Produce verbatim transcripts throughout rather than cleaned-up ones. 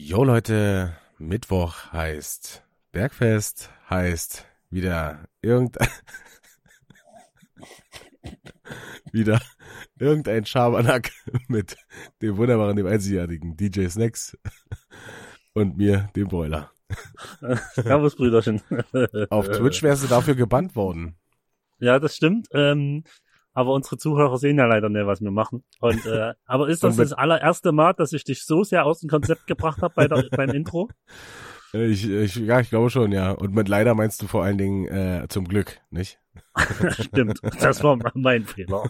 Jo Leute, Mittwoch heißt Bergfest, heißt wieder irgendein wieder irgendein Schabernack mit dem wunderbaren, dem einzigartigen D J Snacks und mir, dem Broiler. Servus, Brüderchen. Auf Twitch wärst du dafür gebannt worden. Ja, das stimmt. Ähm, aber unsere Zuhörer sehen ja leider nicht, was wir machen. Und äh, aber ist das Und mit- das allererste Mal, dass ich dich so sehr aus dem Konzept gebracht habe bei der, beim Intro? Ich, ich, ja, ich glaube schon, ja. Und mit leider meinst du vor allen Dingen äh, zum Glück, nicht? Stimmt, das war mein Fehler.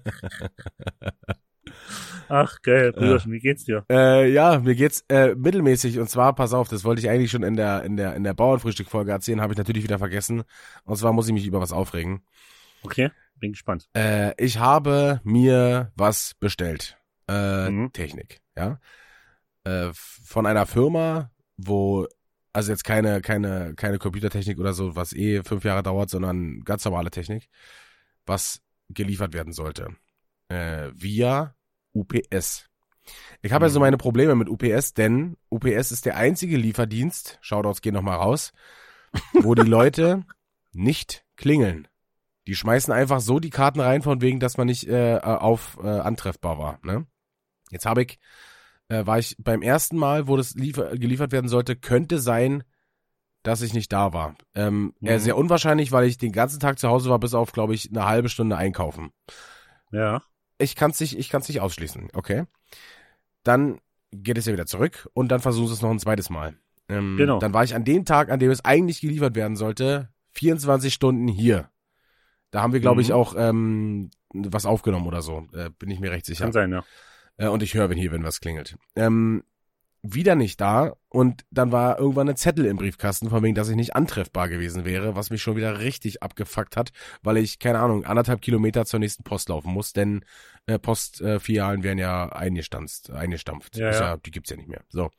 Ach, geil, Brüderchen, wie geht's dir? Äh, ja, mir geht's äh, mittelmäßig und zwar, pass auf, das wollte ich eigentlich schon in der in der in der Bauernfrühstück-Folge erzählen, habe ich natürlich wieder vergessen. Und zwar muss ich mich über was aufregen. Okay, bin gespannt. Äh, ich habe mir was bestellt. Äh, Mhm. Technik, ja. Äh, von einer Firma, wo, also jetzt keine, keine, keine Computertechnik oder so, was eh fünf Jahre dauert, sondern ganz normale Technik, was geliefert werden sollte. Äh, via U P S. Ich habe Mhm. also meine Probleme mit U P S, denn U P S ist der einzige Lieferdienst, Shoutouts gehen nochmal raus, wo die Leute nicht klingeln. Die schmeißen einfach so die Karten rein, von wegen, dass man nicht äh, auf äh, antreffbar war. Ne? Jetzt habe ich, äh, war ich beim ersten Mal, wo das liefer- geliefert werden sollte, könnte sein, dass ich nicht da war. Ähm, Mhm. äh, sehr unwahrscheinlich, weil ich den ganzen Tag zu Hause war, bis auf, glaube ich, eine halbe Stunde einkaufen. Ja. Ich kann es nicht, ich kann's nicht ausschließen, okay? Dann geht es ja wieder zurück und dann versuchen sie es noch ein zweites Mal. Ähm, Genau. Dann war ich an dem Tag, an dem es eigentlich geliefert werden sollte, vierundzwanzig Stunden hier. Da haben wir, glaube ich, Mhm. auch ähm, was aufgenommen oder so. Äh, bin ich mir recht sicher. Kann sein, ja. Äh, und ich höre, wenn hier, wenn was klingelt. Ähm, wieder nicht da und dann war irgendwann ein Zettel im Briefkasten, von wegen, dass ich nicht antreffbar gewesen wäre, was mich schon wieder richtig abgefuckt hat, weil ich, keine Ahnung, anderthalb Kilometer zur nächsten Post laufen muss, denn äh, Postfilialen werden ja eingestampft. eingestampft. Ja, Ist ja. ja, die gibt's ja nicht mehr. So.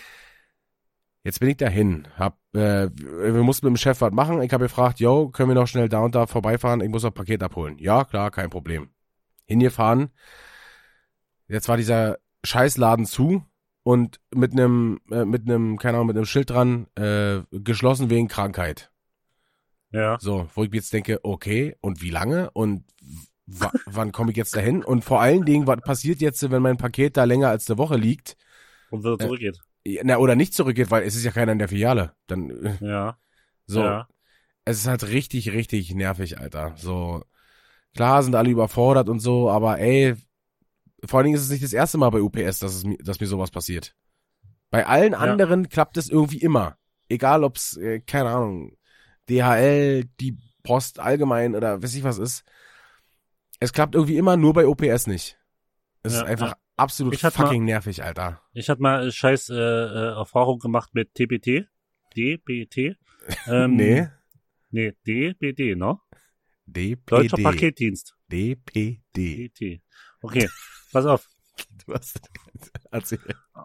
Jetzt bin ich dahin, hab, äh, wir mussten mit dem Chef was machen. Ich habe gefragt, yo, können wir noch schnell da und da vorbeifahren? Ich muss noch ein Paket abholen. Ja, klar, kein Problem. Hingefahren. Jetzt war dieser Scheißladen zu und mit einem, äh, mit einem, keine Ahnung, mit einem Schild dran, äh, geschlossen wegen Krankheit. Ja. So, wo ich jetzt denke, okay, und wie lange? Und w- wann komme ich jetzt dahin? Und vor allen Dingen, was passiert jetzt, wenn mein Paket da länger als eine Woche liegt? Und wieder zurückgeht. Na, oder nicht zurückgeht, weil es ist ja keiner in der Filiale. Dann, äh, Ja. so. Ja. Es ist halt richtig, richtig nervig, Alter. So, klar sind alle überfordert und so, aber ey, vor allen Dingen ist es nicht das erste Mal bei U P S, dass es mir, dass mir sowas passiert. Bei allen Ja. anderen klappt es irgendwie immer. Egal ob's, äh, keine Ahnung, D H L, die Post allgemein oder weiß ich was ist. Es klappt irgendwie immer, nur bei U P S nicht. Es Ja, ist einfach ja. absolut Ich hatte fucking nervig, Alter. Ich hatte mal scheiß äh, äh, Erfahrung gemacht mit T B T. D B T. Ähm, Nee. Nee, D B D, ne? D P D. Deutscher Paketdienst. D P D. D T. Okay, pass auf. Was? Erzähl.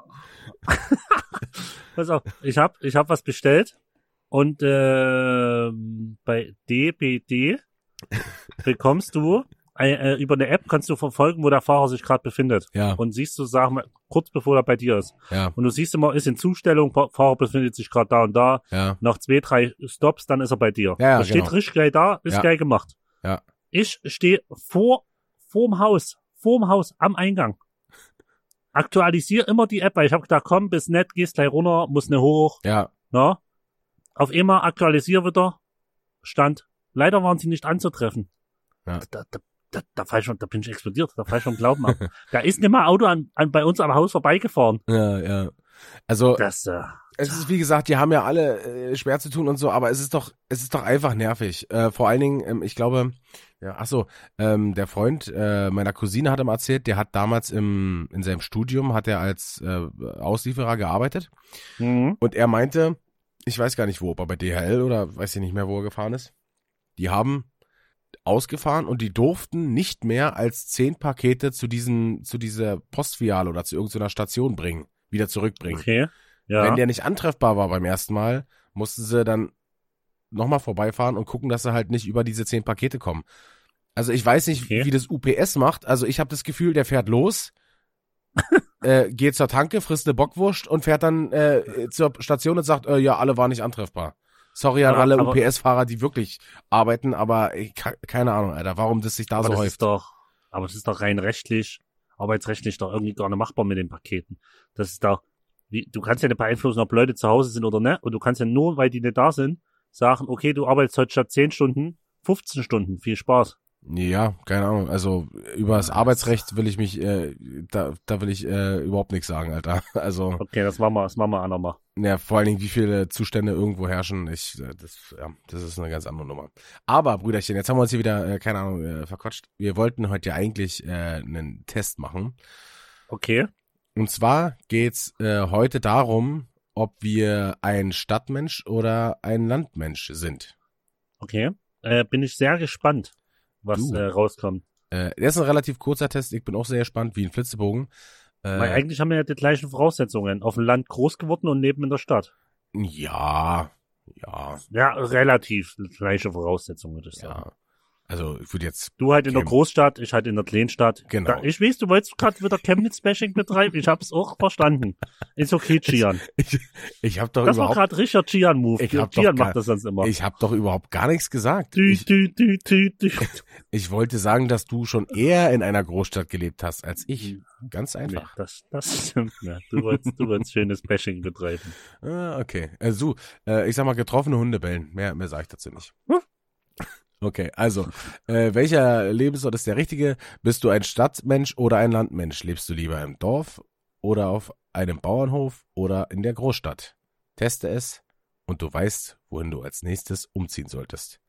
Pass auf. Ich hab, ich hab was bestellt und ähm, bei D B D bekommst du äh, äh, über eine App kannst du verfolgen, wo der Fahrer sich gerade befindet. Ja, Und siehst du, sagen wir, kurz bevor er bei dir ist. ja, Und du siehst immer, ist in Zustellung, Pa- Fahrer befindet sich gerade da und da. ja. Nach zwei, drei Stops, dann ist er bei dir. Ja, ja, das steht genau. richtig geil da, ist Ja. geil gemacht. Ja. Ich stehe vor, vorm Haus, vorm Haus, am Eingang. Aktualisiere immer die App, weil ich habe gedacht, komm, bis nett, gehst gleich runter, muss ne hoch, Ja, ne? Auf einmal aktualisiere wieder, Stand. Leider waren sie nicht anzutreffen. Ja. Da, da, da, da, fall ich schon, da bin ich explodiert, da fall ich schon Glauben ab. Da ist nicht mal Auto an, an, bei uns am Haus vorbeigefahren. ja, ja. Also, Das, äh, es ist, wie gesagt, die haben ja alle äh, schwer zu tun und so, aber es ist doch, es ist doch einfach nervig. Äh, vor allen Dingen, ähm, ich glaube, ja, ach so, ähm, der Freund äh, meiner Cousine hat ihm erzählt, der hat damals im in seinem Studium hat er als äh, Auslieferer gearbeitet mhm. und er meinte, ich weiß gar nicht wo, ob er bei D H L oder weiß ich nicht mehr, wo er gefahren ist. Die haben ausgefahren und die durften nicht mehr als zehn Pakete zu diesen zu dieser Postfiliale oder zu irgendeiner Station bringen, wieder zurückbringen. Okay, ja. Wenn der nicht antreffbar war beim ersten Mal, mussten sie dann nochmal vorbeifahren und gucken, dass sie halt nicht über diese zehn Pakete kommen. Also ich weiß nicht, Okay. wie das U P S macht. Also ich habe das Gefühl, der fährt los, äh, geht zur Tanke, frisst eine Bockwurst und fährt dann äh, zur Station und sagt, äh, ja, alle waren nicht antreffbar. Sorry an Aber- alle aber- U P S-Fahrer, die wirklich arbeiten, aber ich, keine Ahnung, Alter, warum das sich da aber so das häuft. ist doch, aber es ist doch rein rechtlich, arbeitsrechtlich doch irgendwie gar nicht machbar mit den Paketen. Das ist doch, wie, du kannst ja nicht beeinflussen, ob Leute zu Hause sind oder nicht. Und du kannst ja nur, weil die nicht da sind, sagen, okay, du arbeitest heute statt zehn Stunden, fünfzehn Stunden. Viel Spaß. Ja, keine Ahnung. Also über das Arbeitsrecht will ich mich, äh, da, da will ich äh, überhaupt nichts sagen, Alter. Also, Okay, das machen wir, das machen wir andermal. ja, vor allen Dingen, wie viele Zustände irgendwo herrschen, ich, äh, das, ja, das ist eine ganz andere Nummer. Aber, Brüderchen, jetzt haben wir uns hier wieder, äh, keine Ahnung, äh, verquatscht. Wir wollten heute ja eigentlich äh, einen Test machen. Okay. Und zwar geht's äh, heute darum, ob wir ein Stadtmensch oder ein Landmensch sind. Okay. Äh, bin ich sehr gespannt, was Du. äh, rauskommt. Äh, der ist ein relativ kurzer Test. Ich bin auch sehr gespannt, wie ein Flitzebogen. Äh, Weil eigentlich haben wir ja die gleichen Voraussetzungen. Auf dem Land groß geworden und leben in der Stadt. ja, ja, Ja, relativ gleiche Voraussetzungen, würde ich sagen. ja. Also ich würde jetzt, Du halt in der Chem- Großstadt, ich halt in der Kleinstadt. Genau. Da, ich weiß, du wolltest gerade wieder Chemnitz-Bashing betreiben. Ich hab's auch verstanden. Ist okay, Gian. ich, ich habe doch Das war überhaupt, gerade Richard Gian-Move. Ich hab doch Gian gar- macht das sonst immer. ich habe doch überhaupt gar nichts gesagt. Dü, Ich, dü, dü, dü, dü. ich wollte sagen, dass du schon eher in einer Großstadt gelebt hast als ich. Ganz Nee, einfach. das, das stimmt. Ja. Du wolltest, du wolltest schönes Bashing betreiben. Ah, okay. Also, äh, ich sag mal, getroffene Hunde bellen. Mehr, mehr sage ich dazu nicht. Hm? Okay, also, äh, welcher Lebensort ist der richtige? Bist du ein Stadtmensch oder ein Landmensch? Lebst du lieber im Dorf oder auf einem Bauernhof oder in der Großstadt? Teste es und du weißt, wohin du als nächstes umziehen solltest.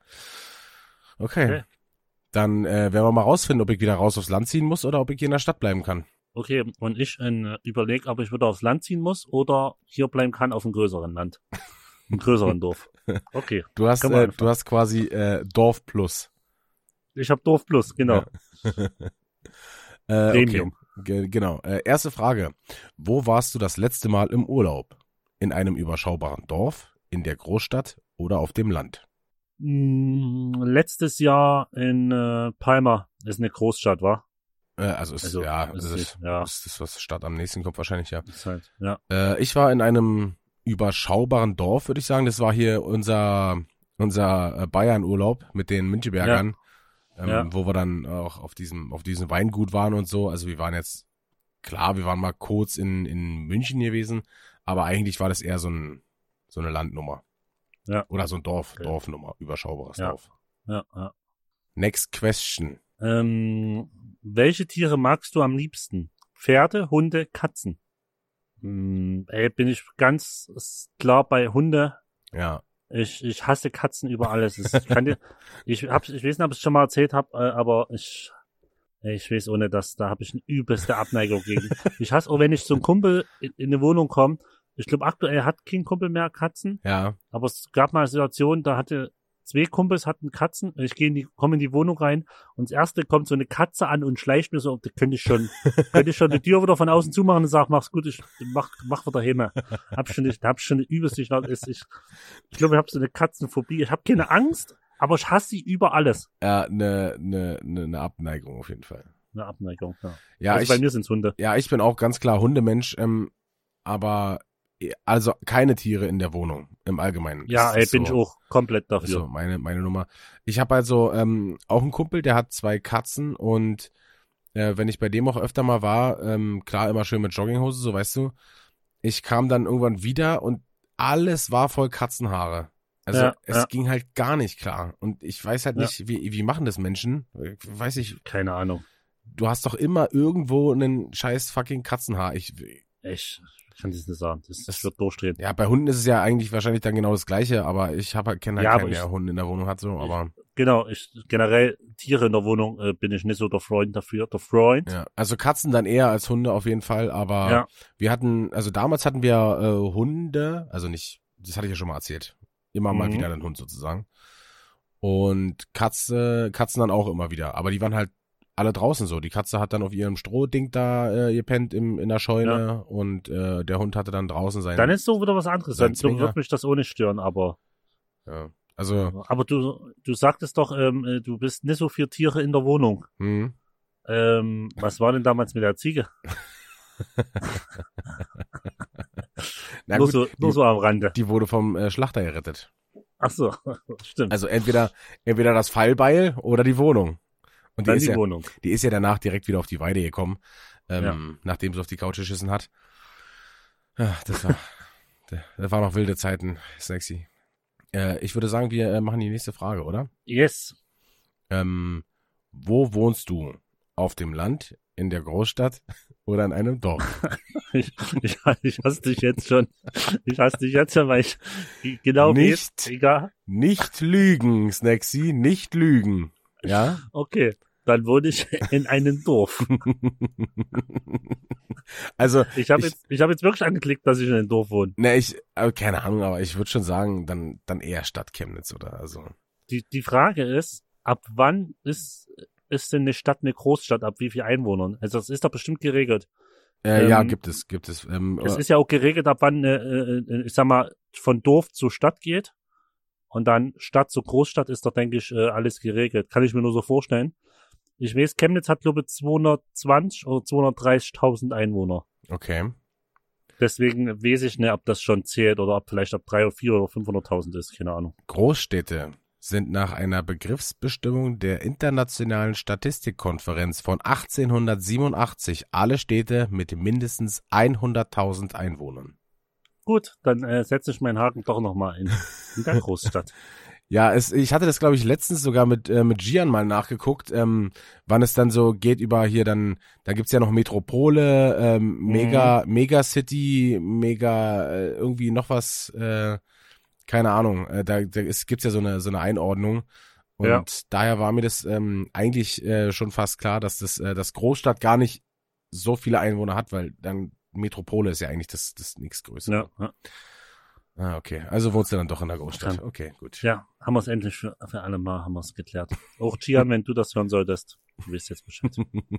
Okay. Okay. Dann äh, werden wir mal rausfinden, ob ich wieder raus aufs Land ziehen muss oder ob ich hier in der Stadt bleiben kann. Okay, und ich äh, überlege, ob ich wieder aufs Land ziehen muss oder hier bleiben kann auf einem größeren Land. Einem größeren Dorf. Okay. Du hast, Können wir äh, einfach. du hast quasi äh, Dorf plus. Ich habe Dorf Plus, genau. Äh, Premium. Okay. Ge genau. Äh, erste Frage. Wo warst du das letzte Mal im Urlaub? In einem überschaubaren Dorf, in der Großstadt oder auf dem Land? Mm, letztes Jahr in äh, Palma, ist eine Großstadt, war? Äh, also, ist, Also, ja, es das ist- ist, ja. das ist das, was Stadt am nächsten kommt wahrscheinlich, ja. Ist halt, ja. Äh, ich war in einem überschaubaren Dorf, würde ich sagen. Das war hier unser, unser äh, Bayern-Urlaub mit den Münchebergern, ähm, Ja. wo wir dann auch auf diesem, auf diesem Weingut waren und so. Also wir waren jetzt, klar, wir waren mal kurz in, in München gewesen, aber eigentlich war das eher so ein, so eine Landnummer. Ja. Oder so ein Dorf, Okay. Dorfnummer, überschaubares Ja. Dorf. Ja, ja. Next question. Ähm, welche Tiere magst du am liebsten? Pferde, Hunde, Katzen? Hm, ey, bin ich ganz klar bei Hunde. Ja. Ich, ich hasse Katzen über alles. Ich kann dir, ich hab's, ich weiß nicht, ob ich es schon mal erzählt habe, äh, aber ich, ey, ich weiß ohne das, da habe ich eine übelste Abneigung gegen. Ich hasse auch, wenn ich zum Kumpel in, in eine Wohnung komme. Ich glaube, aktuell hat kein Kumpel mehr Katzen, Ja. aber es gab mal eine Situation, da hatte zwei Kumpels hatten Katzen. Ich gehe in die, komme in die Wohnung rein und das erste kommt so eine Katze an und schleicht mir so, da könnte ich schon, könnte ich schon die Tür wieder von außen zumachen und sag, mach's gut, ich mach, mach wieder hin. Hab schon, nicht- hab schon eine übelste, ich, ich, ich glaube, ich habe so eine Katzenphobie. Ich habe keine Angst, aber ich hasse sie über alles. Ja, eine, eine, eine, eine Abneigung auf jeden Fall. Eine Abneigung, ja. Ja, also bei ich, mir sind's Hunde. ja, ich bin auch ganz klar Hundemensch, ähm, aber eh, also keine Tiere in der Wohnung im Allgemeinen. Ja, Das ey, ist bin so, ich auch komplett das ist so dafür. meine, meine Nummer. Ich habe also ähm, auch einen Kumpel, der hat zwei Katzen und äh, wenn ich bei dem auch öfter mal war, ähm, klar immer schön mit Jogginghose, so weißt du, ich kam dann irgendwann wieder und alles war voll Katzenhaare. Also Ja, es ja. ging halt gar nicht klar. Und ich weiß halt Ja. nicht, wie, wie machen das Menschen? Weiß ich, Keine Ahnung. du hast doch immer irgendwo einen scheiß fucking Katzenhaar. Ich, Ich kann das nicht sagen. Das, Das- das wird durchdrehen. ja, bei Hunden ist es ja eigentlich wahrscheinlich dann genau das Gleiche, aber ich habe halt, kenne halt Ja, keinen, aber der ich- Hunde in der Wohnung hat, so, aber Genau, ich generell Tiere in der Wohnung äh, bin ich nicht so der Freund dafür. Der Freund. ja. Also Katzen dann eher als Hunde auf jeden Fall, aber Ja. wir hatten, also damals hatten wir äh, Hunde, also nicht, das hatte ich ja schon mal erzählt, immer mal Mhm. wieder einen Hund sozusagen. Und Katze, Katzen dann auch immer wieder, aber die waren halt alle draußen so. Die Katze hat dann auf ihrem Strohding da äh, gepennt im, in der Scheune und äh, der Hund hatte dann draußen seinen. Dann ist so wieder was anderes. sein Dann so Zwinger. wird mich das ohne stören, aber ja. Also, aber du du sagtest doch, ähm, äh, du bist nicht so für Tiere in der Wohnung. hm. Ähm, was war denn damals mit der Ziege? Na nur gut, so, nur die, so am Rande. die wurde vom äh, Schlachter gerettet. Ach so, stimmt. Also entweder entweder das Fallbeil oder die Wohnung. Und die Dann ist die ja, Wohnung. die ist ja danach direkt wieder auf die Weide gekommen, ähm, Ja. nachdem sie auf die Couch geschissen hat. Ja, das war, das waren noch wilde Zeiten, Snacksy. Äh, ich würde sagen, wir äh, machen die nächste Frage, oder? Yes. Ähm, wo wohnst du? Auf dem Land, in der Großstadt oder in einem Dorf? Ich, ich, ich hasse dich jetzt schon. Ich hasse dich jetzt schon, weil ich genau Nicht. weiß, egal. Nicht lügen, Snacksy, nicht lügen. Ja? Okay, dann wohne ich in einem Dorf. Also, Ich habe ich- jetzt, ich habe jetzt wirklich angeklickt, dass ich in einem Dorf wohne. ne, ich, äh, keine Ahnung, aber ich würde schon sagen, dann, dann eher Stadt Chemnitz oder also. Die, die Frage ist, ab wann ist, ist denn eine Stadt eine Großstadt, ab wie viel Einwohnern? Also das ist doch bestimmt geregelt. Äh, Ähm, ja, gibt es, gibt es. Ähm, Es äh, ist ja auch geregelt, ab wann, äh, äh, ich sag mal, von Dorf zu Stadt geht. Und dann Stadt zu Großstadt ist doch, denke ich, äh, alles geregelt. Kann ich mir nur so vorstellen. Ich weiß, Chemnitz hat, glaube ich, zweihundertzwanzig oder zweihundertdreißigtausend Einwohner. okay. Deswegen weiß ich nicht, ob das schon zählt oder ob vielleicht ab drei oder vier oder fünfhunderttausend ist. Keine Ahnung. Großstädte sind nach einer Begriffsbestimmung der Internationalen Statistikkonferenz von achtzehnhundertsiebenundachtzig alle Städte mit mindestens hunderttausend Einwohnern. Gut, dann äh, setze ich meinen Haken doch nochmal in, in der Großstadt. Ja, es, ich hatte das, glaube ich, letztens sogar mit äh, mit Gian mal nachgeguckt, ähm, wann es dann so geht über hier dann, da gibt's ja noch Metropole, ähm, Mega, Megacity, Mega, äh, irgendwie noch was, äh, keine Ahnung, äh, da, da ist, gibt's ja so eine so eine Einordnung und Ja. daher war mir das ähm, eigentlich äh, schon fast klar, dass das äh, das Großstadt gar nicht so viele Einwohner hat, weil dann Metropole ist ja eigentlich das das nächstgrößere. Ja, ja. Ah, okay. Also wohnst du dann doch in der Großstadt. Kann. Okay, gut. Ja, haben wir es endlich für, für alle Mal haben wir es geklärt. Auch Gian, wenn du das hören solltest, du weißt jetzt Bescheid.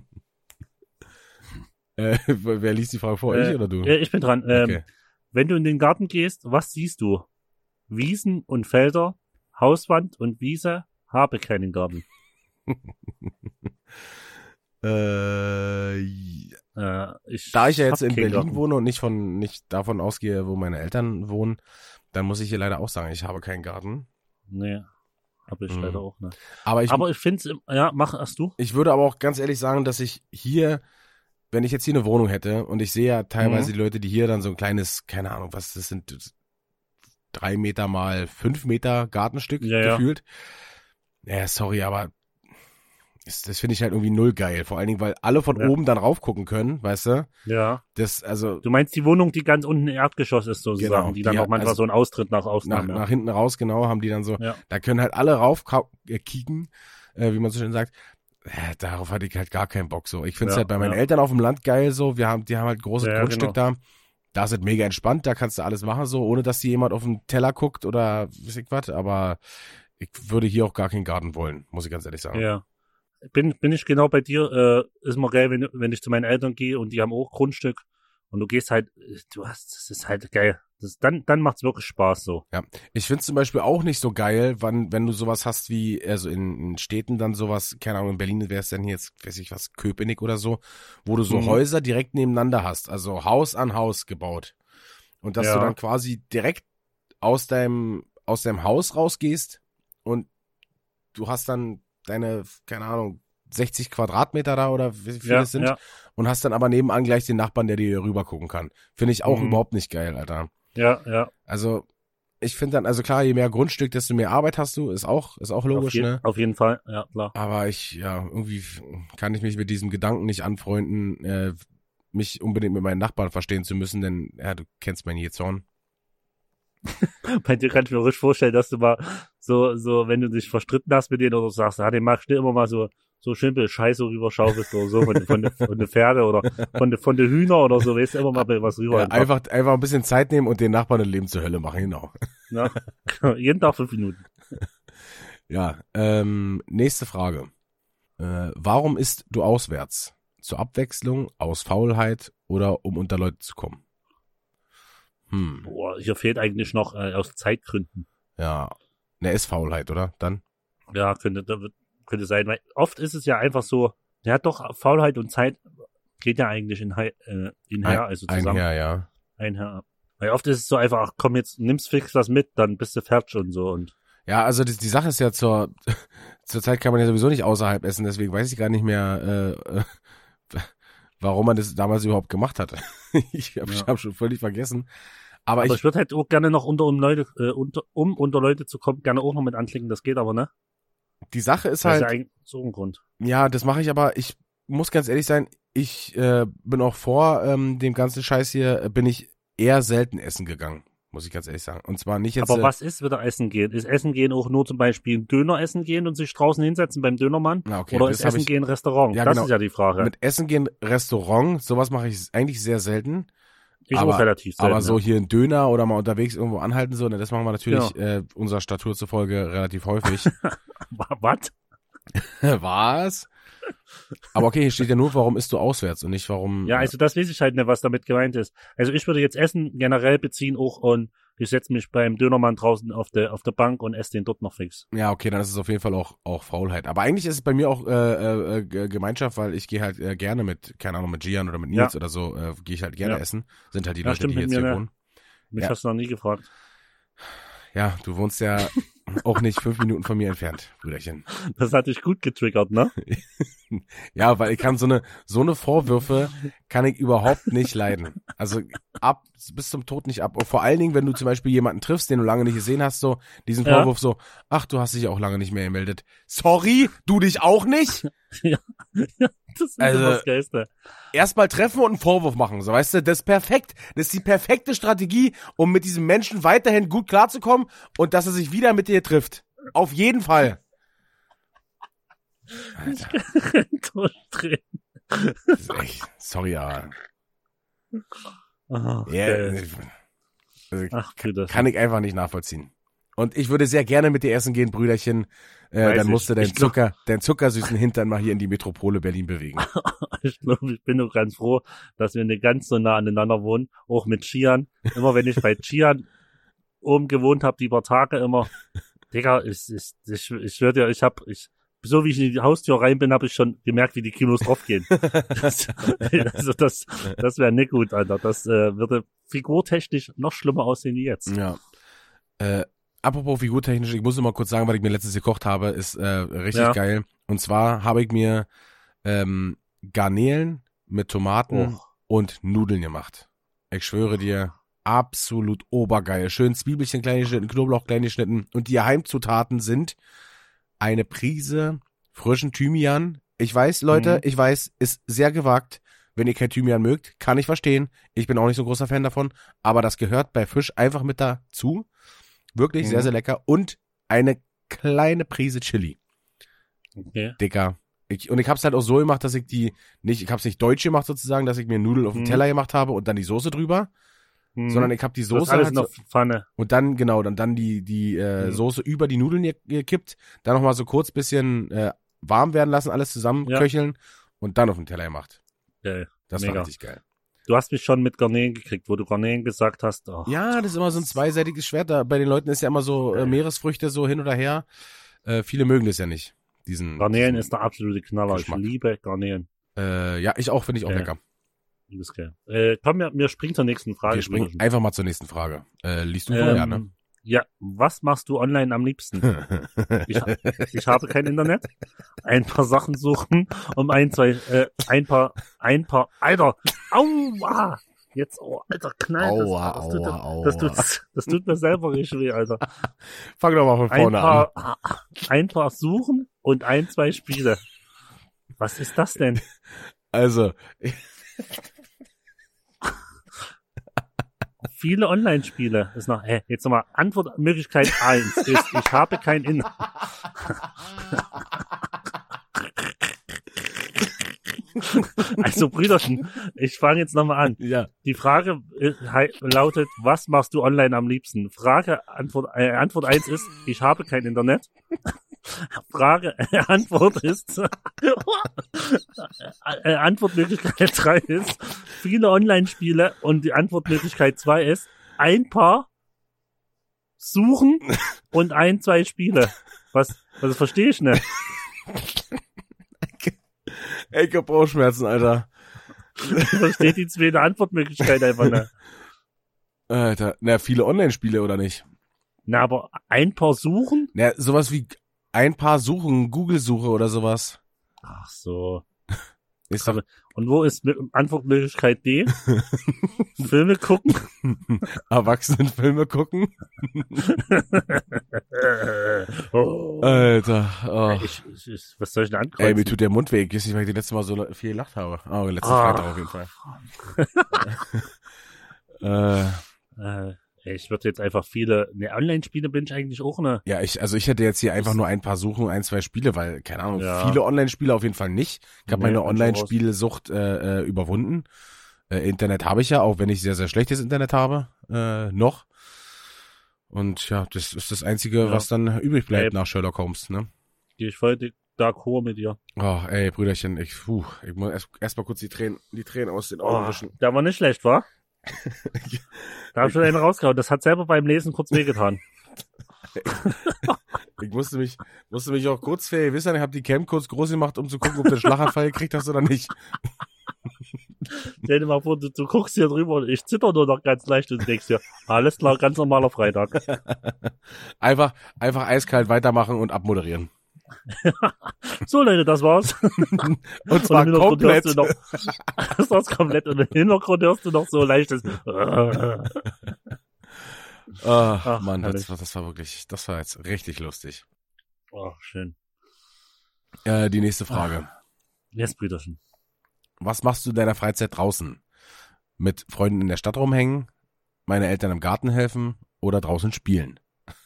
Äh, wer liest die Frage vor, Äh, ich oder du? Ja, ich bin dran. Ähm, Okay. Wenn du in den Garten gehst, was siehst du? Wiesen und Felder, Hauswand und Wiese, habe keinen Garten. Äh, Äh, ich da ich ja jetzt hab in keinen Berlin Garten. wohne und nicht von nicht davon ausgehe, wo meine Eltern wohnen, dann muss ich hier leider auch sagen, ich habe keinen Garten. Nee, habe ich Mhm. leider auch nicht. Aber ich, Aber ich finde es, ja, mach erst du. ich würde aber auch ganz ehrlich sagen, dass ich hier, wenn ich jetzt hier eine Wohnung hätte und ich sehe ja teilweise Mhm. die Leute, die hier dann so ein kleines, keine Ahnung, was das sind, drei Meter mal fünf Meter Gartenstück Ja, ja. gefühlt. Ja, sorry, aber das, das finde ich halt irgendwie null geil. Vor allen Dingen, weil alle von Ja. oben dann rauf gucken können, weißt du? Ja. Das, also Du meinst die Wohnung, die ganz unten im Erdgeschoss ist, sozusagen, Genau, die dann die auch hat- manchmal also so einen Austritt nach außen nach, haben. Ja. nach hinten raus, genau, haben die dann so, Ja. da können halt alle rauf kau- äh, kicken, äh, wie man so schön sagt. Äh, darauf hatte ich halt gar keinen Bock so. Ich finde es Ja, halt bei meinen ja. Eltern auf dem Land geil so. Wir haben, die haben halt großes Ja, ja, Grundstück da. Da ist es mega entspannt, da kannst du alles machen so, ohne dass dir jemand auf den Teller guckt oder weiß ich was. Aber ich würde hier auch gar keinen Garten wollen, muss ich ganz ehrlich sagen. Ja. Bin, bin ich genau bei dir, äh, ist mir geil, wenn, wenn ich zu meinen Eltern gehe und die haben auch Grundstück und du gehst halt, du hast, das ist halt geil. Das, dann, dann macht's wirklich Spaß so. Ich find's zum Beispiel auch nicht so geil, wann, wenn du sowas hast wie, also in, in Städten dann sowas, keine Ahnung, in Berlin wäre es dann jetzt, weiß ich was, Köpenick oder so, wo du so Mhm. Häuser direkt nebeneinander hast, also Haus an Haus gebaut. Und dass Ja. du dann quasi direkt aus deinem, aus deinem Haus rausgehst und du hast dann deine, keine Ahnung, sechzig Quadratmeter da oder wie viel Ja, es sind ja, und hast dann aber nebenan gleich den Nachbarn, der dir rüber gucken kann. Finde ich auch Mhm. überhaupt nicht geil, Alter. ja, ja. Also, ich finde dann, also klar, je mehr Grundstück, desto mehr Arbeit hast du, ist auch, ist auch Auf, logisch, je, ne? auf jeden Fall, ja, klar. Aber ich, ja, irgendwie kann ich mich mit diesem Gedanken nicht anfreunden, äh, mich unbedingt mit meinen Nachbarn verstehen zu müssen, denn, ja, du kennst meinen Jezorn. Bei dir kann ich mir richtig vorstellen, dass du mal so, so, wenn du dich verstritten hast mit denen oder so sagst, ah, den magst du immer mal so, so Schimpel Scheiße rüberschaufelst oder so von, von, der- von der Pferde oder von der, von der Hühner oder so, weißt du, immer mal was rüber. Ja, einfach, einfach ein bisschen Zeit nehmen und den Nachbarn ein Leben zur Hölle machen, genau. Ja. Jeden Tag fünf Minuten. Ja, ähm, nächste Frage. Äh, warum isst du auswärts? Zur Abwechslung, aus Faulheit oder um unter Leute zu kommen? Hm, Boah, hier fehlt eigentlich noch äh, aus Zeitgründen. ja. Ne, ist Faulheit, oder? Dann? Ja, könnte, da wird- könnte sein, weil oft ist es ja einfach so, ja doch, Faulheit und Zeit geht ja eigentlich in, äh, in her, also Ein zusammen. Herr, ja. Einher. Weil oft ist es so einfach, ach komm, jetzt nimmst fix was mit, dann bist du fertig und so. Und Ja, also die, die Sache ist ja zur, zur Zeit kann man ja sowieso nicht außerhalb essen, deswegen weiß ich gar nicht mehr, äh, äh, warum man das damals überhaupt gemacht hat. ich habe Ja. hab schon völlig vergessen. Aber, aber ich, ich würde halt auch gerne noch unter um Leute, äh, unter, um unter Leute zu kommen, gerne auch noch mit anklicken, das geht aber, ne? die Sache ist Das halt, ist ja eigentlich so ein Grund. ja, das mache ich aber, ich muss ganz ehrlich sein, ich äh, bin auch vor ähm, dem ganzen Scheiß hier, äh, bin ich eher selten essen gegangen, muss ich ganz ehrlich sagen. Und zwar nicht jetzt... Aber äh, was ist wieder Essen gehen? Ist Essen gehen auch nur zum Beispiel ein Döner essen gehen und sich draußen hinsetzen beim Dönermann? na, okay, Oder das ist hab Essen ich, gehen Restaurant? Ja, das genau. ist ja die Frage. mit Essen gehen, Restaurant, sowas mache ich eigentlich sehr selten. ich aber- auch relativ selten. Aber so ja. hier ein Döner oder mal unterwegs irgendwo anhalten, so, ne, das machen wir natürlich äh, unserer Statur zufolge relativ häufig. Was? Was? Aber okay, hier steht ja nur, warum isst du auswärts und nicht warum... Ja, also das weiß ich halt nicht, was damit gemeint ist. Also ich würde jetzt Essen generell beziehen auch und ich setze mich beim Dönermann draußen auf der auf der Bank und esse den dort noch fix. Ja, okay, dann ist es auf jeden Fall auch auch Faulheit. Aber eigentlich ist es bei mir auch äh, äh, G- Gemeinschaft, weil ich gehe halt äh, gerne mit, keine Ahnung, mit Gian oder mit Nils Ja. oder so, äh, gehe ich halt gerne Ja. essen. Sind halt die Ja, Leute, stimmt, die mit jetzt mir, hier ne? wohnen. Mich Ja. hast du noch nie gefragt. Ja, du wohnst ja auch nicht fünf Minuten von mir entfernt, Brüderchen. Das hat dich gut getriggert, ne? Ja, weil ich kann so eine so eine Vorwürfe kann ich überhaupt nicht leiden. Also ab bis zum Tod nicht ab. Und vor allen Dingen, wenn du zum Beispiel jemanden triffst, den du lange nicht gesehen hast, so diesen Ja. Vorwurf so, ach, du hast dich ja auch lange nicht mehr gemeldet. Sorry, du dich auch nicht? Das ist Also- immer das Geilste. Erstmal treffen und einen Vorwurf machen, so weißt du, das ist perfekt. Das ist die perfekte Strategie, um mit diesem Menschen weiterhin gut klarzukommen und dass er sich wieder mit dir trifft. Auf jeden Fall. Alter, Durchdrehen. das ist echt, sorry, aber Ach, ja, geil. also, Ach, du das. kann ich einfach nicht nachvollziehen. Und ich würde sehr gerne mit dir essen gehen, Brüderchen. Äh, Weiß dann ich. musst du deinen Ich glaub- Zucker, deinen zuckersüßen Hintern mal hier in die Metropole Berlin bewegen. Ich glaube, ich bin auch ganz froh, dass wir nicht ganz so nah aneinander wohnen. Auch mit Chian. Immer wenn ich bei Chian oben gewohnt habe, die paar Tage immer, Digga, ich, ich, ich, ich schwör dir, ich hab, ich, so wie ich in die Haustür rein bin, habe ich schon gemerkt, wie die Kilos draufgehen. Das, also das, das wäre nicht gut, Alter. Das äh, würde figurtechnisch noch schlimmer aussehen wie jetzt. Ja. Äh, apropos figurtechnisch, ich muss nur mal kurz sagen, was ich mir letztens gekocht habe, ist äh, richtig Ja. geil. Und zwar habe ich mir ähm, Garnelen mit Tomaten Oh. und Nudeln gemacht. Ich schwöre dir, absolut obergeil. Schön Zwiebelchen klein geschnitten, Knoblauch klein geschnitten. Und die Heimzutaten sind eine Prise frischen Thymian. Ich weiß, Leute, Mhm. ich weiß, ist sehr gewagt. Wenn ihr kein Thymian mögt, kann ich verstehen. Ich bin auch nicht so ein großer Fan davon. Aber das gehört bei Fisch einfach mit dazu. Wirklich Mhm. sehr, sehr lecker. Und eine kleine Prise Chili. Okay. Dicker. Ich, und ich hab's halt auch so gemacht, dass ich die nicht, ich hab's nicht deutsch gemacht sozusagen, dass ich mir Nudeln auf den Mhm. Teller gemacht habe und dann die Soße drüber, Hm. sondern ich hab die Das ist Soße alles halt in der so, Pfanne. und dann, genau, dann, dann die, die äh, Mhm. Soße über die Nudeln ge- gekippt, dann nochmal so kurz bisschen äh, warm werden lassen, alles zusammen Ja. köcheln und dann auf den Teller gemacht. Geil. Das Mega. war richtig geil. Du hast mich schon mit Garnelen gekriegt, wo du Garnelen gesagt hast. Oh, Ja, das ist immer so ein zweiseitiges Schwert. Da bei den Leuten ist ja immer so äh, Ja. Meeresfrüchte so hin oder her. Äh, viele mögen das ja nicht. Diesen, Garnelen diesen, ist der absolute Knaller. Geschmack. Ich liebe Garnelen. Äh, ja, ich auch, finde ich auch Ja. lecker. Das ist geil. Äh, komm, wir, wir springen zur nächsten Frage. Wir springen einfach mal zur nächsten Frage. Äh, liest du ähm, vorher, ne? Ja, was machst du online am liebsten? Ich, ich habe kein Internet. Ein paar Sachen suchen, um ein, zwei, äh, ein paar, ein paar, Alter, aua! Jetzt, oh, Alter, knallt das. Aua, das, tut, aua, das, aua. tut, das tut mir selber richtig weh, Alter. Fang doch mal von Ein vorne an. paar, ein paar suchen und ein, zwei Spiele. Was ist das denn? Also, Viele Online-Spiele ist noch, hä, jetzt nochmal, Antwortmöglichkeit eins ist, ich habe kein Internet. Also, Brüderchen, ich fange jetzt nochmal an. ja. Die Frage äh, hei- lautet, was machst du online am liebsten? Frage, Antwort, äh, Antwort eins ist, ich habe kein Internet. Frage, äh, Antwort ist, äh, Antwortmöglichkeit drei ist, viele Online-Spiele und die Antwortmöglichkeit zwei ist, ein paar suchen und ein, zwei Spiele. Was, was verstehe ich nicht? Ich hab Bauchschmerzen, Alter. Versteht die zweite Antwortmöglichkeit einfach nicht. Alter, na, viele Online-Spiele oder nicht? Na, aber ein paar suchen? Na, sowas wie ein paar Suchen, Google-Suche oder sowas. Ach so. Ist doch, Und wo ist mit Antwortmöglichkeit D? Filme gucken? Erwachsenenfilme gucken? oh. Alter, oh. ich, ich, ich, was soll ich denn ankreuzen? Ey, mir tut der Mund weh. Ich weiß nicht, weil ich das letzte Mal so viel gelacht habe. Oh, letzten Ah. Freitag auf jeden Fall. äh, Äh, ich würde jetzt einfach viele, ne, Online-Spiele bin ich eigentlich auch ne. ja, ich, also ich hätte jetzt hier einfach nur ein paar Suchen, ein, zwei Spiele, weil, keine Ahnung, Ja. viele Online-Spiele auf jeden Fall nicht. Ich habe Nee, meine bin schon Online-Spielsucht äh, äh, überwunden. Äh, Internet habe ich ja, auch wenn ich sehr, sehr schlechtes Internet habe, äh, noch. Und ja, das ist das Einzige, Ja. was dann übrig bleibt Ey. nach Sherlock Holmes, ne? Gehe ich heute d'accord mit dir. Oh, ey, Brüderchen, ich, puh, ich muss erst, erst mal kurz die Tränen, die Tränen aus den Augen Oh, wischen. der war nicht schlecht, wa? Da hab ich schon einen rausgehauen. Das hat selber beim Lesen kurz wehgetan. Ich musste mich, musste mich auch kurz vergewissern, ich habe die Cam kurz groß gemacht, um zu gucken, ob du einen Schlaganfall gekriegt hast oder nicht. Stell dir mal vor, du, du guckst hier drüber und ich zitter nur noch ganz leicht und denkst dir, alles klar, ganz normaler Freitag. Einfach, einfach eiskalt weitermachen und abmoderieren. So Leute, das war's. Und zwar im Hintergrund komplett. hörst du noch, das war's komplett. Und im Hintergrund hörst du noch so leichtes. Ach, Ach, Mann, das herrlich. war, das war wirklich, das war jetzt richtig lustig. Oh, schön. Äh, die nächste Frage. Yes, Brüderchen. Was machst du in deiner Freizeit draußen? Mit Freunden in der Stadt rumhängen, meine Eltern im Garten helfen oder draußen spielen?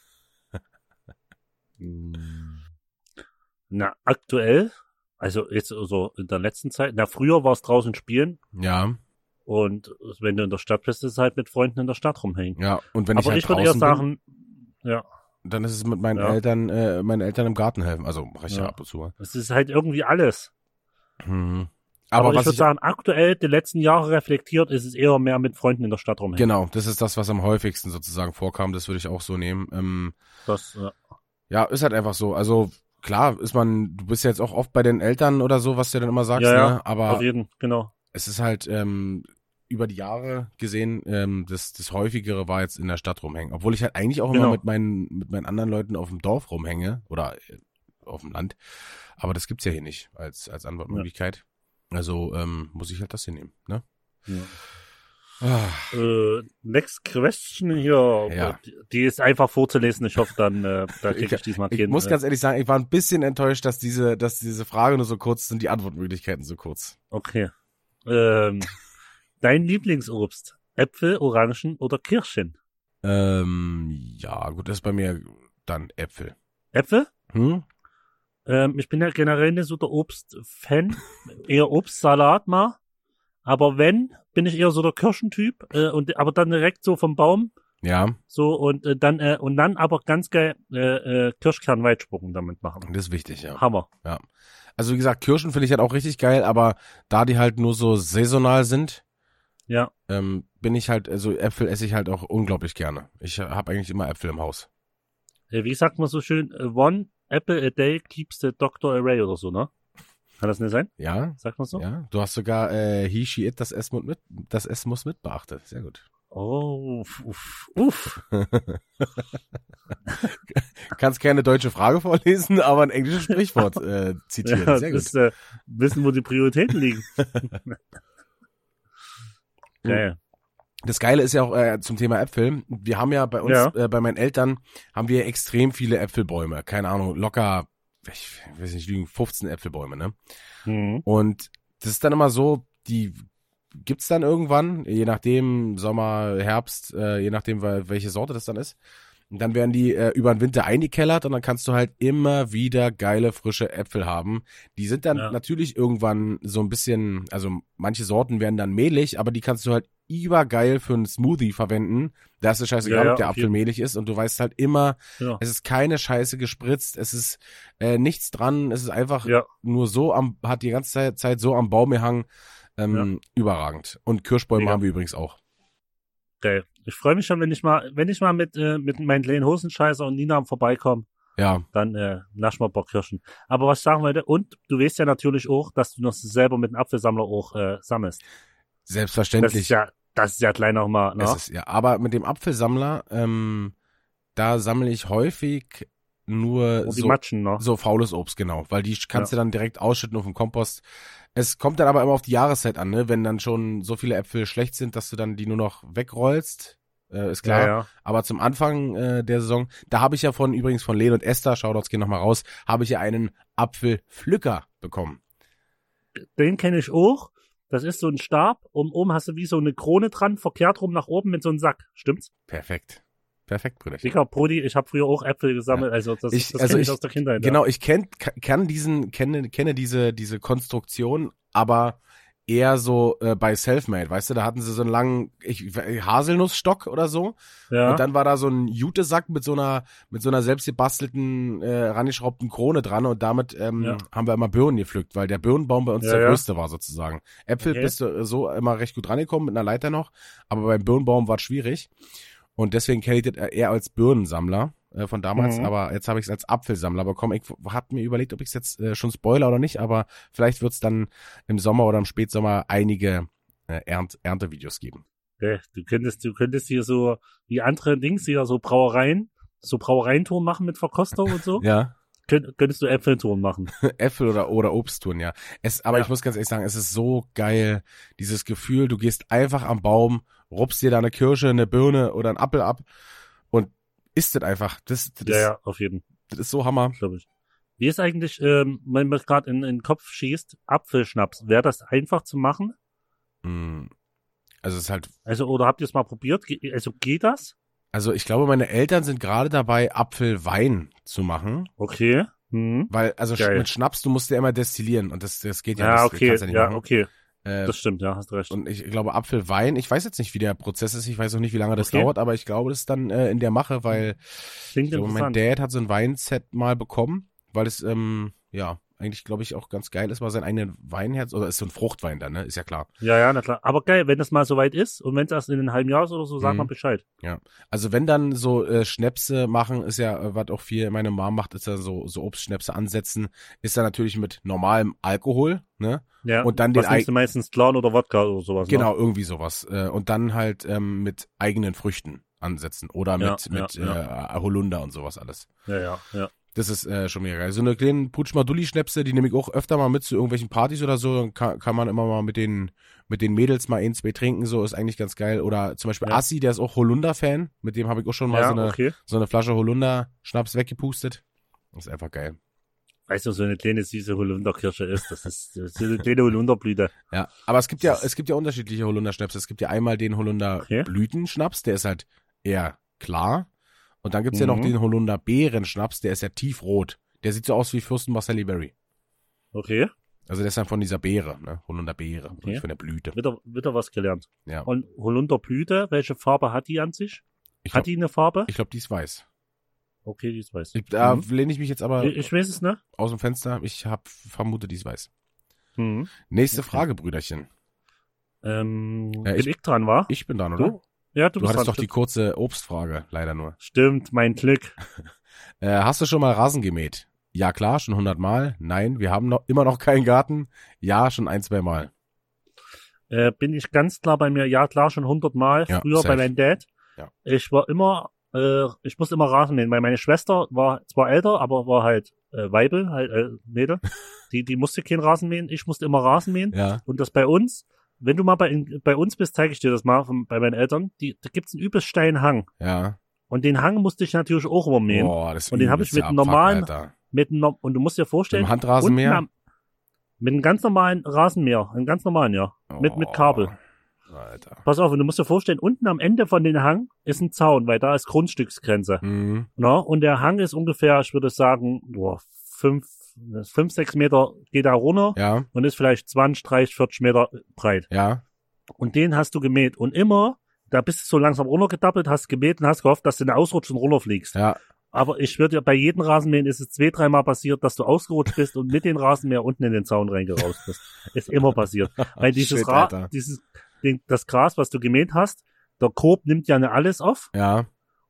Na, aktuell, also jetzt so in der letzten Zeit, na, früher war es draußen spielen Ja, und wenn du in der Stadt bist, ist es halt mit Freunden in der Stadt rumhängen. ja. Und wenn Aber ich halt ich würde draußen eher bin, sagen, ja, dann ist es mit meinen Ja. Eltern, äh, meinen Eltern im Garten helfen. Also mache ich ja, Ja. ab und zu. mal. es ist halt irgendwie alles. Mhm. Aber, Aber, ich was würde ich, sagen, aktuell, die letzten Jahre reflektiert, ist es eher mehr mit Freunden in der Stadt rumhängen. genau, das ist das, was am häufigsten sozusagen vorkam. Das würde ich auch so nehmen. Ähm, Das, äh, ja, ist halt einfach so. Also klar, ist man, du bist jetzt auch oft bei den Eltern oder so, was du dann immer sagst, Ja, ja, ne? Aber auf jeden, genau. es ist halt ähm, über die Jahre gesehen, ähm, das, das häufigere war jetzt in der Stadt rumhängen. Obwohl ich halt eigentlich auch immer Genau. mit meinen, mit meinen anderen Leuten auf dem Dorf rumhänge oder äh, auf dem Land. Aber das gibt's ja hier nicht als, als Antwortmöglichkeit. Also ähm, muss ich halt das hier nehmen, ne? Ja. Ah, Äh, next question hier. Ja. Die, die ist einfach vorzulesen. Ich hoffe, dann äh, da kriege ich diesmal ich keinen. muss äh, ganz ehrlich sagen, ich war ein bisschen enttäuscht, dass diese, dass diese Frage nur so kurz sind, die Antwortmöglichkeiten so kurz. Okay. Ähm, dein Lieblingsobst? Äpfel, Orangen oder Kirschen? Ähm, ja, gut, das ist bei mir dann Äpfel. Äpfel? Hm? Ähm, ich bin ja generell nicht so der Obst-Fan. Eher Obstsalat mal. Aber wenn, bin ich eher so der Kirschentyp. Äh, und, aber dann direkt so vom Baum. Ja, So und äh, dann äh, und dann aber ganz geil äh, äh, Kirschkernweitspucken damit machen. das ist wichtig, ja. Hammer. Also wie gesagt, Kirschen finde ich halt auch richtig geil, aber da die halt nur so saisonal sind, Ja. ähm, bin ich halt, also Äpfel esse ich halt auch unglaublich gerne. Ich habe eigentlich immer Äpfel im Haus. Äh, wie sagt man so schön? äh, One apple a day keeps the doctor away oder so, ne? Kann das nicht sein? Ja, Sagt man so? ja. Du hast sogar äh, he, she, it, das S, muss mit, das S muss mit beachtet. Sehr gut. Oh, uff, uff, uff. Kannst keine deutsche Frage vorlesen, aber ein englisches Sprichwort äh, zitieren. Ja, Sehr gut. das, äh, wissen, wo die Prioritäten liegen. Geil. Das Geile ist ja auch äh, zum Thema Äpfel. Wir haben ja bei uns, Ja. äh, bei meinen Eltern, haben wir extrem viele Äpfelbäume. Keine Ahnung, locker, ich weiß nicht, lügen, fünfzehn Äpfelbäume, ne? Mhm. Und das ist dann immer so, die gibt's dann irgendwann, je nachdem Sommer, Herbst, äh, je nachdem welche Sorte das dann ist. Und dann werden die äh, über den Winter eingekellert und dann kannst du halt immer wieder geile frische Äpfel haben. Die sind dann Ja. natürlich irgendwann so ein bisschen, also manche Sorten werden dann mehlig, aber die kannst du halt übergeil für einen Smoothie verwenden. Da ist es scheißegal, Ja, ja, ob der auf Apfel jeden- mehlig ist und du weißt halt immer, Ja. es ist keine Scheiße gespritzt, es ist äh, nichts dran, es ist einfach Ja. nur so am, hat die ganze Zeit, Zeit so am Baum gehangen. Ähm, überragend. Und Kirschbäume Mega. haben wir übrigens auch. Geil. Ich freue mich schon, wenn ich mal, wenn ich mal mit, äh, mit meinen kleinen Hosenscheißer und Nina vorbeikomme. Ja. Dann äh, naschen wir ein paar Kirschen. Aber was ich sagen wollte, und du weißt ja natürlich auch, dass du noch selber mit einem Apfelsammler auch äh, sammelst. Selbstverständlich. Das ist ja, das ist ja gleich nochmal, ne? Es ist, ja, aber mit dem Apfelsammler, ähm, da sammle ich häufig nur Und die so, Matschen, ne? so faules Obst, genau, weil die kannst Ja. du dann direkt ausschütten auf den Kompost. Es kommt dann aber immer auf die Jahreszeit an, ne? Wenn dann schon so viele Äpfel schlecht sind, dass du dann die nur noch wegrollst, äh, ist klar. Ja, ja. Aber zum Anfang äh, der Saison, da habe ich ja von, übrigens von Len und Esther, Shoutouts gehen nochmal raus, habe ich ja einen Apfelpflücker bekommen. Den kenne ich auch. Das ist so ein Stab und oben hast du wie so eine Krone dran, verkehrt rum nach oben mit so einem Sack. Stimmt's? Perfekt. Perfekt, Brüderchen. Dicker Brudi, ich habe früher auch Äpfel gesammelt, also das, Ich- das also kenne ich ich- aus der Kindheit. Genau, ich kenn, kann diesen, kenne, kenne diese, diese Konstruktion, aber eher so äh, bei Selfmade, weißt du, da hatten sie so einen langen ich, Haselnussstock oder so. Ja. Und dann war da so ein Jutesack mit so einer, mit so einer selbstgebastelten, äh, rangeschraubten Krone dran und damit ähm, Ja. haben wir immer Birnen gepflückt, weil der Birnenbaum bei uns Ja, der ja. größte war sozusagen. Äpfel Okay. bist du äh, so immer recht gut rangekommen mit einer Leiter noch, aber beim Birnenbaum war es schwierig. Und deswegen kenne ich das eher als Birnensammler äh, von damals, Mhm. aber jetzt habe ich es als Apfelsammler bekommen. Ich habe mir überlegt, ob ich es jetzt äh, schon spoiler oder nicht, aber vielleicht wird es dann im Sommer oder im Spätsommer einige äh, Ernt Erntevideos geben. Okay. Du könntest, du könntest hier so wie andere Dings hier so Brauereien, so Brauereientouren machen mit Verkostung und so. Ja, Könnt, könntest du Äpfeltouren machen. Äpfel oder oder Obsttouren, ja. Es, aber Ja. ich muss ganz ehrlich sagen, es ist so geil, dieses Gefühl, du gehst einfach am Baum, rupst dir da eine Kirsche, eine Birne oder einen Apfel ab und isst das einfach. Das, das, Ja, ist, ja, auf jeden, das ist so Hammer. glaube ich. Wie ist eigentlich, ähm, wenn man gerade in, in den Kopf schießt, Apfelschnaps, wäre das einfach zu machen? Mm. Also es ist halt Also, oder habt ihr es mal probiert? Ge also, geht das? Also ich glaube, meine Eltern sind gerade dabei, Apfelwein zu machen, Okay. Hm. weil also sch- Geil. mit Schnaps, du musst ja immer destillieren und das das geht ja, Ja, das okay, kannst du ja nicht ja, machen. okay. Äh, Das stimmt, ja, hast recht. und ich glaube, Apfelwein, ich weiß jetzt nicht, wie der Prozess ist, ich weiß auch nicht, wie lange das Okay. dauert, aber ich glaube, das ist dann äh, in der Mache, weil Klingt ich glaube, mein interessant. Dad hat so ein Weinset mal bekommen, weil es, ähm, ja, eigentlich, glaube ich, auch ganz geil ist, mal seinen eigenen Weinherz, oder ist so ein Fruchtwein dann, ne, ist ja klar. Ja, ja, na klar. Aber geil, wenn das mal soweit ist und wenn es erst in einem halben Jahr ist oder so, sag Mhm. mal Bescheid. Also wenn dann so äh, Schnäpse machen, ist ja, äh, was auch viel meine Mom macht, ist ja so, so Obstschnäpse ansetzen, ist dann natürlich mit normalem Alkohol, ne? Ja. Und dann den Was nimmst du Ei- meistens Clown oder Wodka oder sowas? Genau, irgendwie sowas. Äh, und dann halt ähm, mit eigenen Früchten ansetzen oder Ja, mit, mit ja, Äh, Holunder und sowas alles. Ne? Ja, ja, ja. Das ist äh, schon mega geil. So eine kleinen Putschmadulli-Schnäpse, die nehme ich auch öfter mal mit zu irgendwelchen Partys oder so. Dann kann, kann man immer mal mit den mit den Mädels mal ein, zwei trinken, so ist eigentlich ganz geil. Oder zum Beispiel Ja. Assi, der ist auch Holunder-Fan. Mit dem habe ich auch schon mal Ja, so eine okay. so eine Flasche Holunder-Schnaps weggepustet. Das ist einfach geil. Weißt du, so eine kleine süße Holunderkirsche ist, das ist, das ist eine kleine Holunderblüte. Ja, aber es gibt ja es gibt ja unterschiedliche Holunder-Schnäpse. Es gibt ja einmal den Holunder-Blütenschnaps, der ist halt eher klar. Und dann gibt's ja noch Mhm. den Holunder-Beerenschnaps, der ist ja tiefrot. Der sieht so aus wie Fürsten Marcelli Berry. Okay, Also der ist dann von dieser Beere, ne? Holunderbeere, Okay. nicht von der Blüte. wieder, wieder was gelernt. Ja. Und Holunderblüte, welche Farbe hat die an sich? Ich Hat glaub, die eine Farbe? ich glaub, die ist weiß. Okay, die ist weiß. Ich, da Mhm. lehne ich mich jetzt aber Ich, ich weiß es, ne? aus dem Fenster. Ich hab vermute, die ist weiß. Mhm. Nächste Okay. Frage, Brüderchen. Ähm, Ja, bin ich- ich dran, war? Ich bin dran, oder? Du? Ja, du, Du bist hattest dran. doch die kurze Obstfrage, leider nur. Stimmt, mein Glück. Äh, hast du schon mal Rasen gemäht? Ja, klar, schon hundert Mal. Nein, wir haben noch immer noch keinen Garten. Ja, schon ein, zwei Mal. Äh, bin ich ganz klar bei mir, ja klar, schon hundertmal. Ja, Früher safe. bei meinem Dad. Ja. Ich war immer, äh, ich musste immer Rasen mähen, weil meine Schwester war zwar älter, aber war halt äh, Weibel, halt äh, Mädel. Die, die musste keinen Rasen mähen, ich musste immer Rasen mähen. Ja, Und das bei uns, wenn du mal bei, in, bei uns bist, zeige ich dir das mal von, bei meinen Eltern, die, da gibt's einen übelst steilen Hang. ja. Und den Hang musste ich natürlich auch immer mähen. Boah, das ist Und den hab ich übelster mit Abfuck, normalen- Alter. Mit einem, und du musst dir vorstellen, Mit dem Handrasenmäher? unten am- mit einem ganz normalen Rasenmäher, einem ganz normalen, ja. Mit, mit Kabel. Oh, Alter. Pass auf, und du musst dir vorstellen, unten am Ende von den Hang ist ein Zaun, weil da ist Grundstücksgrenze. Mhm. Na, und der Hang ist ungefähr, ich würde sagen, boah, fünf, fünf, sechs Meter geht da runter Ja, und ist vielleicht zwanzig, dreißig, vierzig Meter breit. ja. Und den hast du gemäht. Und immer, da bist du so langsam runtergedappelt, hast gemäht und hast gehofft, dass du in der Ausrutsch und runterfliegst. Ja, Aber ich würde dir, bei jedem Rasenmähen ist es zwei, dreimal passiert, dass du ausgerutscht bist und mit den Rasenmäher unten in den Zaun reingerauscht bist. Ist immer passiert. Weil dieses Shit, Ra Alter. dieses, den, das Gras, was du gemäht hast, der Korb nimmt ja nicht alles auf. ja.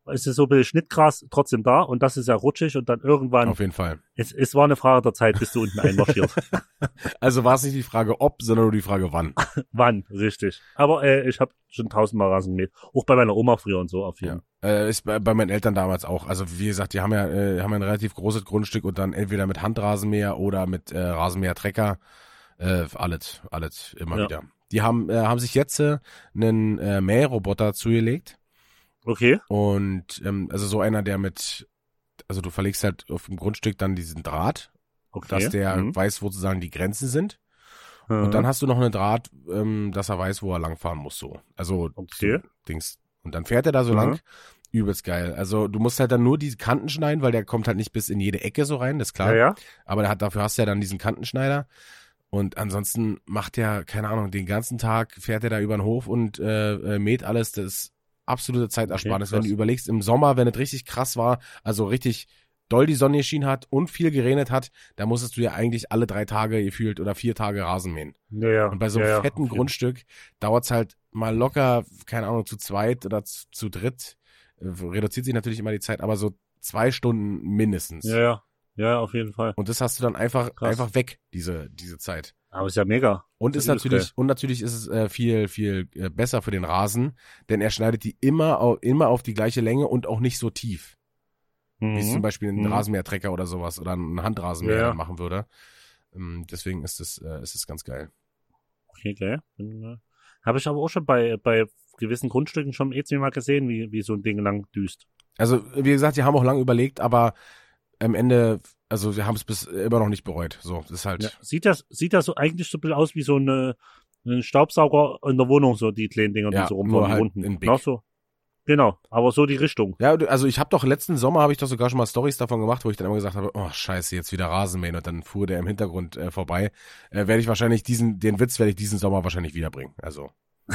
es ist so ein bisschen Schnittgras trotzdem da und das ist ja rutschig und dann irgendwann. Auf jeden Fall. Es, es war eine Frage der Zeit, bis du unten einmarschiert. Also war es nicht die Frage ob, sondern nur die Frage wann. Wann, richtig. Aber äh, ich habe schon tausendmal Rasen gemäht. Auch bei meiner Oma früher und so auf jeden Fall. Ja. Äh, ist bei, bei meinen Eltern damals auch. Also wie gesagt, die haben ja, äh, haben ja ein relativ großes Grundstück und dann entweder mit Handrasenmäher oder mit äh, Rasenmäher-Trecker. Äh, alles, alles immer Ja. wieder. Die haben, äh, haben sich jetzt äh, einen äh, Mähroboter zugelegt. Okay. Und ähm, also so einer, der mit, also du verlegst halt auf dem Grundstück dann diesen Draht, Okay. dass der Mhm. weiß, wo sozusagen die Grenzen sind. Mhm. Und dann hast du noch einen Draht, ähm, dass er weiß, wo er langfahren muss, so. Also Okay. so Dings. Und dann fährt er da so Mhm. lang. Übelst geil. Also du musst halt dann nur die Kanten schneiden, weil der kommt halt nicht bis in jede Ecke so rein, das ist klar. Ja, ja. Aber der hat, dafür hast du ja dann diesen Kantenschneider. Und ansonsten macht der, keine Ahnung, den ganzen Tag fährt er da über den Hof und äh, äh, mäht alles. Das ist absolute Zeitersparnis. Okay, Wenn krass. du überlegst, im Sommer, wenn es richtig krass war, also richtig doll die Sonne geschienen hat und viel geregnet hat, da musstest du ja eigentlich alle drei Tage gefühlt oder vier Tage Rasen mähen. Ja, ja. Und bei so einem ja, ja. fetten Auf jeden- Grundstück dauert's halt mal locker, keine Ahnung, zu zweit oder zu, zu dritt. Äh, reduziert sich natürlich immer die Zeit, aber so zwei Stunden mindestens. Ja, ja. Ja, auf jeden Fall. Und das hast du dann einfach, Krass. einfach weg, diese, diese Zeit. Aber ist ja mega. Und Das ist ist übelst natürlich, und natürlich ist es äh, viel, viel äh, besser für den Rasen, denn er schneidet die immer, au, immer auf die gleiche Länge und auch nicht so tief, Mhm. wie es zum Beispiel ein Mhm. Rasenmähertrecker oder sowas oder ein Handrasenmäher Ja, ja. dann machen würde. Ähm, deswegen ist es, äh, ist es ganz geil. Okay, geil. Äh, Habe ich aber auch schon bei, bei gewissen Grundstücken schon eh mal gesehen, wie, wie so ein Ding lang düst. Also, wie gesagt, die haben auch lange überlegt, aber am Ende, also wir haben es bis immer noch nicht bereut. So, das ist halt. Ja. Sieht das, sieht das so eigentlich so ein bisschen aus wie so eine, ein Staubsauger in der Wohnung, so die kleinen Dinger, Ja, die so nur rumfahren, die halt runden. in big. Genau so. Genau, aber so die Richtung. Ja, du- also ich habe doch letzten Sommer habe ich doch sogar schon mal Stories davon gemacht, wo ich dann immer gesagt habe, oh scheiße, jetzt wieder Rasenmähen und dann fuhr der im Hintergrund äh, vorbei. Äh, werde ich wahrscheinlich diesen, den Witz werde ich diesen Sommer wahrscheinlich wiederbringen. Also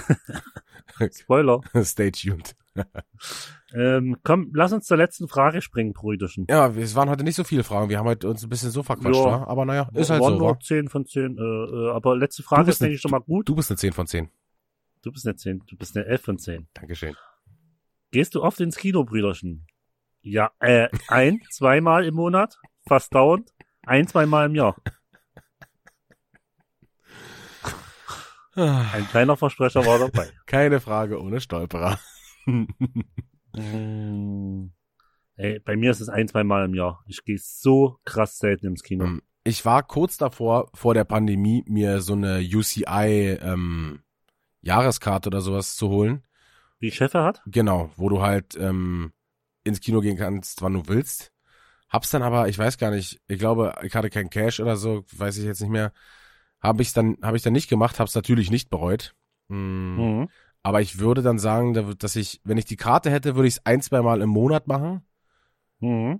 Spoiler. stay tuned. Ähm, komm, lass uns zur letzten Frage springen, Brüderchen. Ja, es waren heute nicht so viele Fragen. Wir haben halt uns ein bisschen so verquatscht, Ja. wa? Aber naja, ist halt Waren so. nur Wa? zehn von zehn. Äh, äh, aber letzte Frage bist ist, denke ne- ich, schon mal gut. Du bist eine zehn von zehn. Du bist eine zehn, du bist eine elf von zehn. Dankeschön. Gehst du oft ins Kino, Brüderchen? Ja, äh, ein, zweimal im Monat, fast dauernd, ein, zweimal im Jahr. Ein kleiner Versprecher war dabei. Keine Frage ohne Stolperer. Mm. Ey, bei mir ist es ein, zweimal im Jahr. Ich gehe so krass selten ins Kino. Ähm, Ich war kurz davor, vor der Pandemie, mir so eine U C I ähm, Jahreskarte oder sowas zu holen. Wie Cheffe hat? Genau, wo du halt ähm, ins Kino gehen kannst, wann du willst. Hab's dann aber, ich weiß gar nicht, ich glaube, ich hatte kein Cash oder so, weiß ich jetzt nicht mehr. Habe ich dann, habe ich dann nicht gemacht, hab's natürlich nicht bereut. Mm, Mhm. Aber ich würde dann sagen, da wird- dass ich, wenn ich die Karte hätte, würde ich es ein, zwei Mal im Monat machen. Mhm.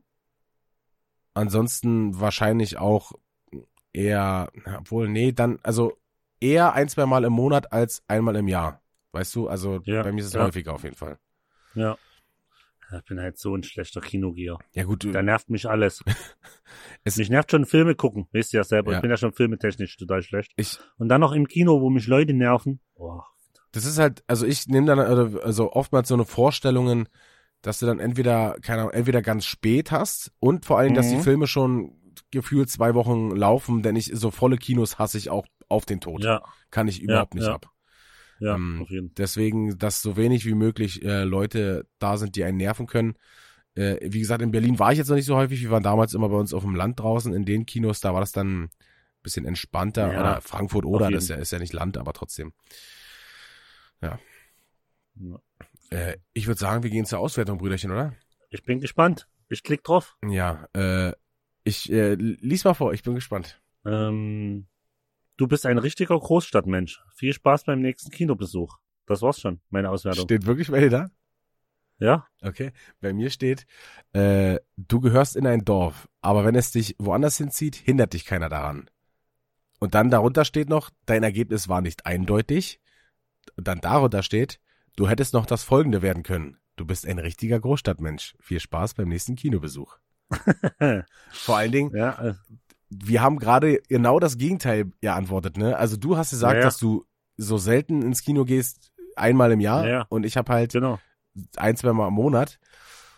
Ansonsten wahrscheinlich auch eher, na, obwohl, nee, dann, also eher ein, zwei Mal im Monat als einmal im Jahr. Weißt du, also Ja, bei mir ist es ja. häufiger auf jeden Fall. Ja. Ich bin halt so ein schlechter Kinogeher. Ja gut, Da du, nervt mich alles. Es- mich nervt schon Filme gucken. Weißt du ja selber. Ja. Ich bin ja schon filmetechnisch total schlecht. ich, Und dann noch im Kino, wo mich Leute nerven. Boah. das ist halt, also ich nehme dann also also oftmals so eine Vorstellungen, dass du dann entweder, keine Ahnung, entweder ganz spät hast und vor allen Dingen, dass die Mhm. Filme schon gefühlt zwei Wochen laufen, denn ich so volle Kinos hasse ich auch auf den Tod. Ja, Kann ich überhaupt nicht ja. ab. ja, Ähm, auf jeden Fall. Deswegen, dass so wenig wie möglich äh, Leute da sind, die einen nerven können. Äh, wie gesagt, in Berlin war ich jetzt noch nicht so häufig. Wir waren damals immer bei uns auf dem Land draußen in den Kinos. Da war das dann ein bisschen entspannter. Ja, Oder Frankfurt auf oder, jeden. das ist ja, ist ja nicht Land, aber trotzdem. Ja. Ja. Äh, ich würde sagen, wir gehen zur Auswertung, Brüderchen, oder? Ich bin gespannt. Ich klick drauf. Ja, äh, ich äh, lies mal vor, ich bin gespannt. Ähm, du bist ein richtiger Großstadtmensch. Viel Spaß beim nächsten Kinobesuch. Das war's schon, meine Auswertung. Steht wirklich bei dir da? Ja? Okay. Bei mir steht, äh, du gehörst in ein Dorf, aber wenn es dich woanders hinzieht, hindert dich keiner daran. Und dann darunter steht noch, dein Ergebnis war nicht eindeutig. Und dann darunter steht, du hättest noch das Folgende werden können. Du bist ein richtiger Großstadtmensch. Viel Spaß beim nächsten Kinobesuch. Vor allen Dingen, Ja, äh, wir haben gerade genau das Gegenteil geantwortet, ne? Also du hast gesagt, Ja, ja. dass du so selten ins Kino gehst, einmal im Jahr. Ja, ja. Und ich habe halt genau. ein, zwei Mal im Monat.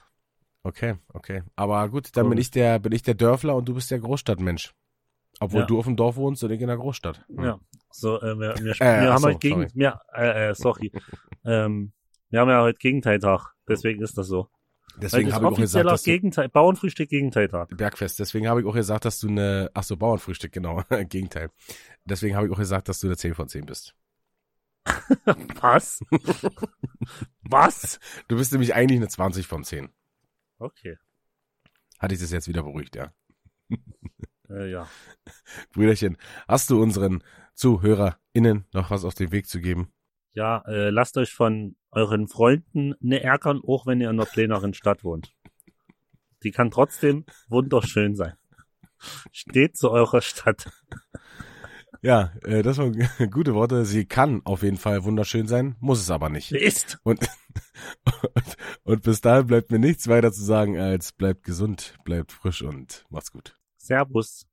Okay, okay. Aber gut, dann bin Komisch. ich der, bin ich der Dörfler und du bist der Großstadtmensch. Obwohl Ja. du auf dem Dorf wohnst und ich in der Großstadt. Hm. Ja. So, äh, wir, wir, Äh, wir ach haben so, heute gegen, sorry. wir, äh, äh, sorry. ähm, wir haben ja heute Gegenteiltag. Deswegen ist das so. Deswegen Heute habe ich auch gesagt, offizieller dass du, Gegenteil, Bauernfrühstück Gegenteiltag. Bergfest, deswegen habe ich auch gesagt, dass du eine, ach so, Bauernfrühstück, genau, Gegenteil. Deswegen habe ich auch gesagt, dass du eine zehn von zehn bist. Was? Was? Du bist nämlich eigentlich eine zwanzig von zehn. Okay. Hatte ich das jetzt wieder beruhigt, ja. Äh, ja. Brüderchen, hast du unseren ZuhörerInnen noch was auf den Weg zu geben? Ja, äh, lasst euch von euren Freunden ne ärgern, auch wenn ihr in einer kleineren Stadt wohnt. Die kann trotzdem wunderschön sein. Steht zu eurer Stadt. Ja, äh, das waren gute Worte. Sie kann auf jeden Fall wunderschön sein, muss es aber nicht. Ist. Und, und, und bis dahin bleibt mir nichts weiter zu sagen als bleibt gesund, bleibt frisch und macht's gut. Servus.